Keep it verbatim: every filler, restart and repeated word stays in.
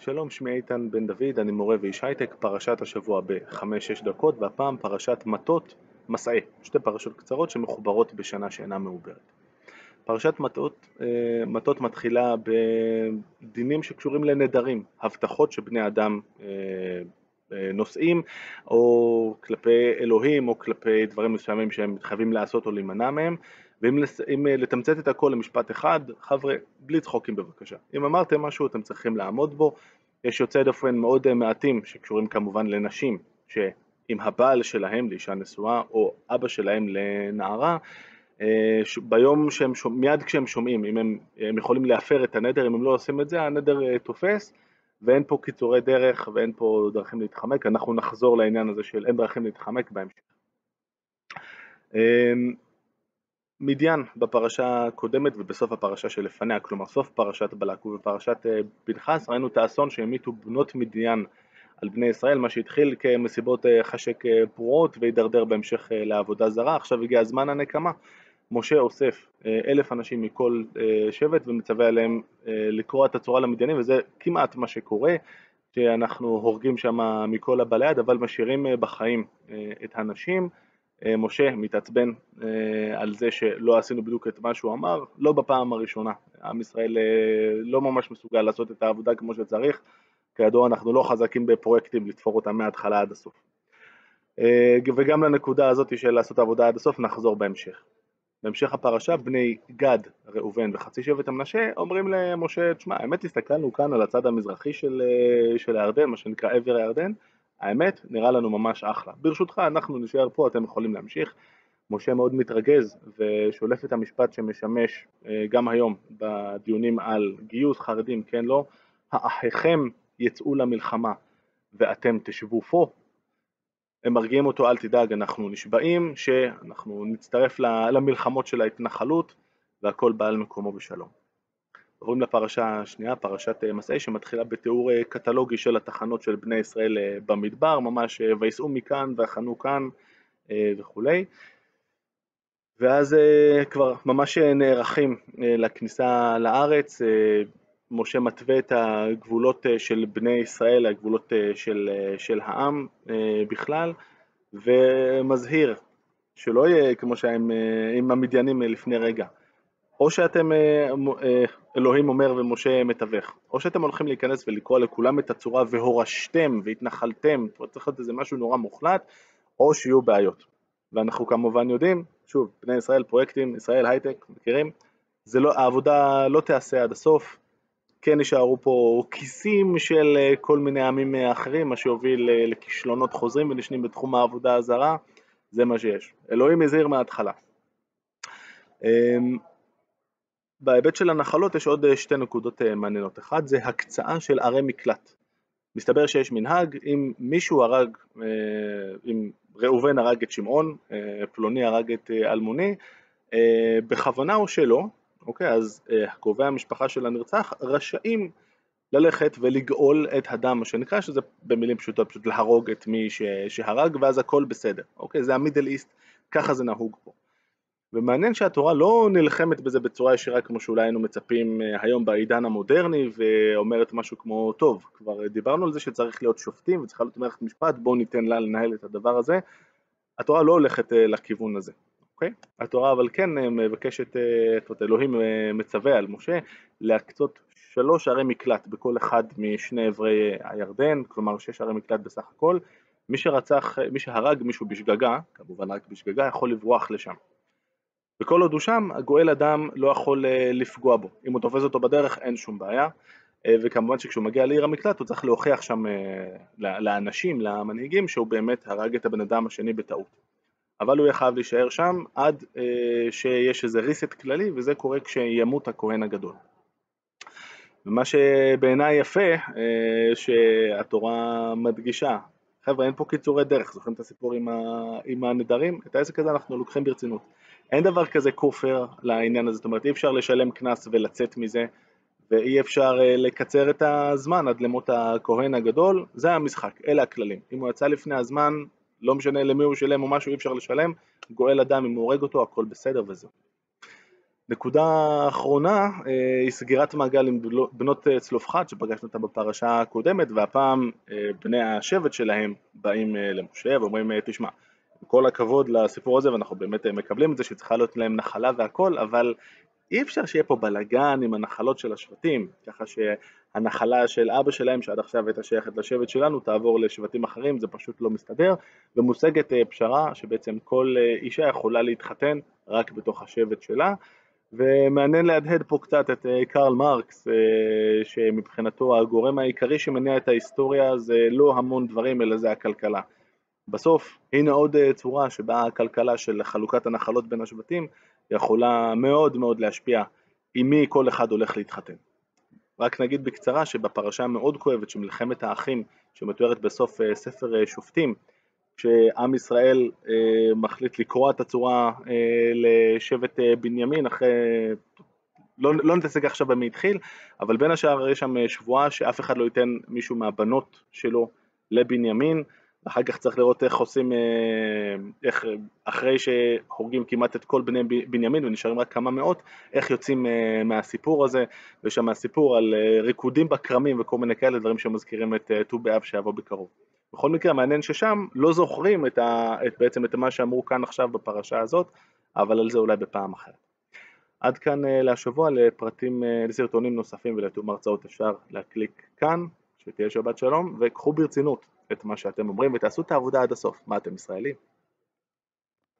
שלום, שמי איתן בן דוד, אני מורה ואיש הייטק. פרשת השבוע בחמש שש דקות, והפעם פרשת מטות מסעי, שתי פרשות קצרות שמחוברות בשנה שאינה מעוברת. פרשת מטות, מטות מתחילה בדינים שקשורים לנדרים, הבטחות שבני אדם נושאים, או כלפי אלוהים, או כלפי דברים מסוימים שהם מתחייבים לעשות או להימנע מהם. ואם לתמצת את הכל למשפט אחד, חבר'ה, בלי צחוקים בבקשה. אם אמרתם משהו, אתם צריכים לעמוד בו. יש יוצאי דופן מאוד מעטים שקשורים כמובן לנשים, שאם הבעל שלהם לאישה נשואה, או אבא שלהם לנערה, ביום שהם שומעים, מיד כשהם שומעים, אם הם, הם יכולים להפר את הנדר, אם הם לא עושים את זה, הנדר תופס, ואין פה קיצורי דרך, ואין פה דרכים להתחמק. אנחנו נחזור לעניין הזה של אין דרכים להתחמק בהמשך. מדיין בפרשה הקודמת ובסוף הפרשה שלפניה, כלומר סוף פרשת בלק ובפרשת פנחס, ראינו את האסון שהמיתו בנות מדיין על בני ישראל, מה שהתחיל כמסיבות חשק פרועות והידרדר בהמשך לעבודה זרה. עכשיו הגיע הזמן הנקמה. משה אוסף אלף אנשים מכל שבט ומצווה עליהם לקרוע את הצורה למדיינים, וזה כמעט מה שקורה, שאנחנו הורגים שם מכל הבא ליד, אבל משאירים בחיים את הנשים. משה מתעצבן על זה שלא עשינו בדיוק את מה שהוא אמר, לא בפעם הראשונה. עם ישראל לא ממש מסוגל לעשות את העבודה כמו שצריך, כידוע אנחנו לא חזקים בפרויקטים לתפור אותם מההתחלה עד הסוף. וגם לנקודה הזאת של לעשות העבודה עד הסוף נחזור בהמשך. בהמשך הפרשה, בני גד, ראובן וחצי שבט המנשה אומרים למשה, תשמע, האמת הסתכלנו כאן על הצד המזרחי של, של הירדן, מה שנקרא עבר הירדן, האמת נראה לנו ממש אחלה. ברשותך אנחנו נשאר פה, אתם יכולים להמשיך. משה מאוד מתרגז ושולף את המשפט שמשמש גם היום בדיונים על גיוס חרדים, כן לא, האחיכם יצאו למלחמה ואתם תשבו פה. הם מרגיעים אותו, אל תדאג, אנחנו נשבעים שאנחנו נצטרף למלחמות של ההתנחלות והכל בא על מקומו בשלום. עוברים לפרשה השנייה, פרשת מסעי, שמתחילה בתיאור קטלוגי של התחנות של בני ישראל במדבר, ממש ויסעו מכאן והחנו כאן וכולי. ואז כבר ממש נערכים לכניסה לארץ. משה מתווה את הגבולות של בני ישראל, הגבולות של, של העם בכלל, ומזהיר שלא יהיה כמו שהם עם המדיינים לפני רגע. או שאתם, אלוהים אומר ומשה מתווך, או שאתם הולכים להיכנס ולקרוא לכולם את הצורה והורשתם והתנחלתם, צריך להיות איזה משהו נורא מוחלט, או שיהיו בעיות. ואנחנו כמובן יודעים, שוב, בני ישראל, פרויקטים, ישראל הייטק, מכירים, זה לא, העבודה לא תעשה עד הסוף, כן נשארו פה כיסים של כל מיני עמים אחרים, מה שיוביל לכישלונות חוזרים ונשנים בתחום העבודה הזרה, זה מה שיש. אלוהים הזהיר מההתחלה. בהיבט של הנחלות יש עוד שתי נקודות מעניינות. אחד זה הקצאה של ערי מקלט. מסתבר שיש מנהג, אם מישהו הרג, אם ראובן הרג את שמעון, פלוני הרג את אלמוני, בכוונה או שלא, אוקיי, אז קרובי המשפחה של הנרצח רשאים ללכת ולגאול את הדם, מה שנקרא, שזה במילים פשוטות, פשוט להרוג את מי שהרג, ואז הכל בסדר. אוקיי, זה המידל איסט, ככה זה נהוג פה. ומעניין שהתורה לא נלחמת בזה בצורה ישירה כמו שאולי היינו מצפים היום בעידן המודרני, ואומרת משהו כמו, טוב, כבר דיברנו על זה שצריך להיות שופטים וצריכה להיות מערכת משפט, בואו ניתן לה לנהל את הדבר הזה. התורה לא הולכת לכיוון הזה. אוקיי? התורה אבל כן מבקשת, את אלוהים מצווה על משה להקצות שלוש ערי מקלט בכל אחד משני עברי הירדן, כלומר שש ערי מקלט בסך הכל. מי שרצח, מי שהרג מישהו בשגגה, כמובן רק בשגגה, יכול לברוח לשם. וכל עוד הוא שם, הגואל אדם לא יכול לפגוע בו. אם הוא תופס אותו בדרך, אין שום בעיה. וכמובן שכשהוא מגיע לעיר המקלט, הוא צריך להוכיח שם לאנשים, למנהיגים, שהוא באמת הרג את הבן אדם השני בטעות. אבל הוא יהיה חייב להישאר שם עד שיש איזה ריסט כללי, וזה קורה כשימות הכהן הגדול. ומה שבעיניי יפה, שהתורה מדגישה, חבר'ה, אין פה קיצורי דרך, זוכרים את הסיפור עם, ה... עם הנדרים? את העסק הזה אנחנו לוקחים ברצינות. אין דבר כזה כופר לעניין הזה, זאת אומרת, אי אפשר לשלם כנס ולצאת מזה, ואי אפשר לקצר את הזמן עד למות הכהן הגדול, זה המשחק, אלה הכללים. אם הוא יצא לפני הזמן, לא משנה למי הוא שלם או משהו, אי אפשר לשלם, גואל אדם, אם הוא הורג אותו, הכל בסדר וזהו. נקודה אחרונה היא סגירת מעגל עם בנות צלופחד שפגשנו אותה בפרשה הקודמת, והפעם בני השבט שלהם באים למשה ואומרים תשמע, כל הכבוד לסיפור הזה ואנחנו באמת מקבלים את זה שצריכה להיות להם נחלה והכל, אבל אי אפשר שיהיה פה בלגן עם הנחלות של השבטים, ככה שהנחלה של אבא שלהם שעד עכשיו הייתה שייכת לשבט שלנו תעבור לשבטים אחרים, זה פשוט לא מסתדר, ומושגת פשרה שבעצם כל אישה יכולה להתחתן רק בתוך השבט שלה, ומעניין להדהד פה קצת את קרל מרקס, שמבחינתו הגורם העיקרי שמניע את ההיסטוריה זה לא המון דברים אלא זה הכלכלה. בסוף הנה עוד צורה שבה הכלכלה של חלוקת הנחלות בין השבטים יכולה מאוד מאוד להשפיע עם מי כל אחד הולך להתחתן. רק נגיד בקצרה שבפרשה המאוד כואבת של מלחמת האחים שמתוארת בסוף ספר שופטים, כשעם ישראל אה, מחליט לקרוא את הצורה אה, לשבט אה, בנימין אחרי, לא, לא נתעסק עכשיו במי התחיל, אבל בין השאר יש שם שבועה שאף אחד לא ייתן מישהו מהבנות שלו לבנימין, ואחר כך צריך לראות איך עושים, אה, איך אחרי שהורגים כמעט את כל בני בנימין ונשארים רק כמה מאות, איך יוצאים אה, מהסיפור הזה, ויש שם הסיפור על אה, ריקודים בקרמים וכל מיני כאלה דברים שמזכירים את ט"ו באב שיבוא בקרוב. בכל מקרה מעניין ששם לא זוכרים את ה, את, בעצם את מה שאמרו כאן עכשיו בפרשה הזאת, אבל על זה אולי בפעם אחרת. עד כאן להשבוע, לפרטים, לסרטונים נוספים ולתיאום הרצאות אפשר להקליק כאן, שתהיה שבת שלום, וקחו ברצינות את מה שאתם אומרים ותעשו את העבודה עד הסוף. מה אתם ישראלים?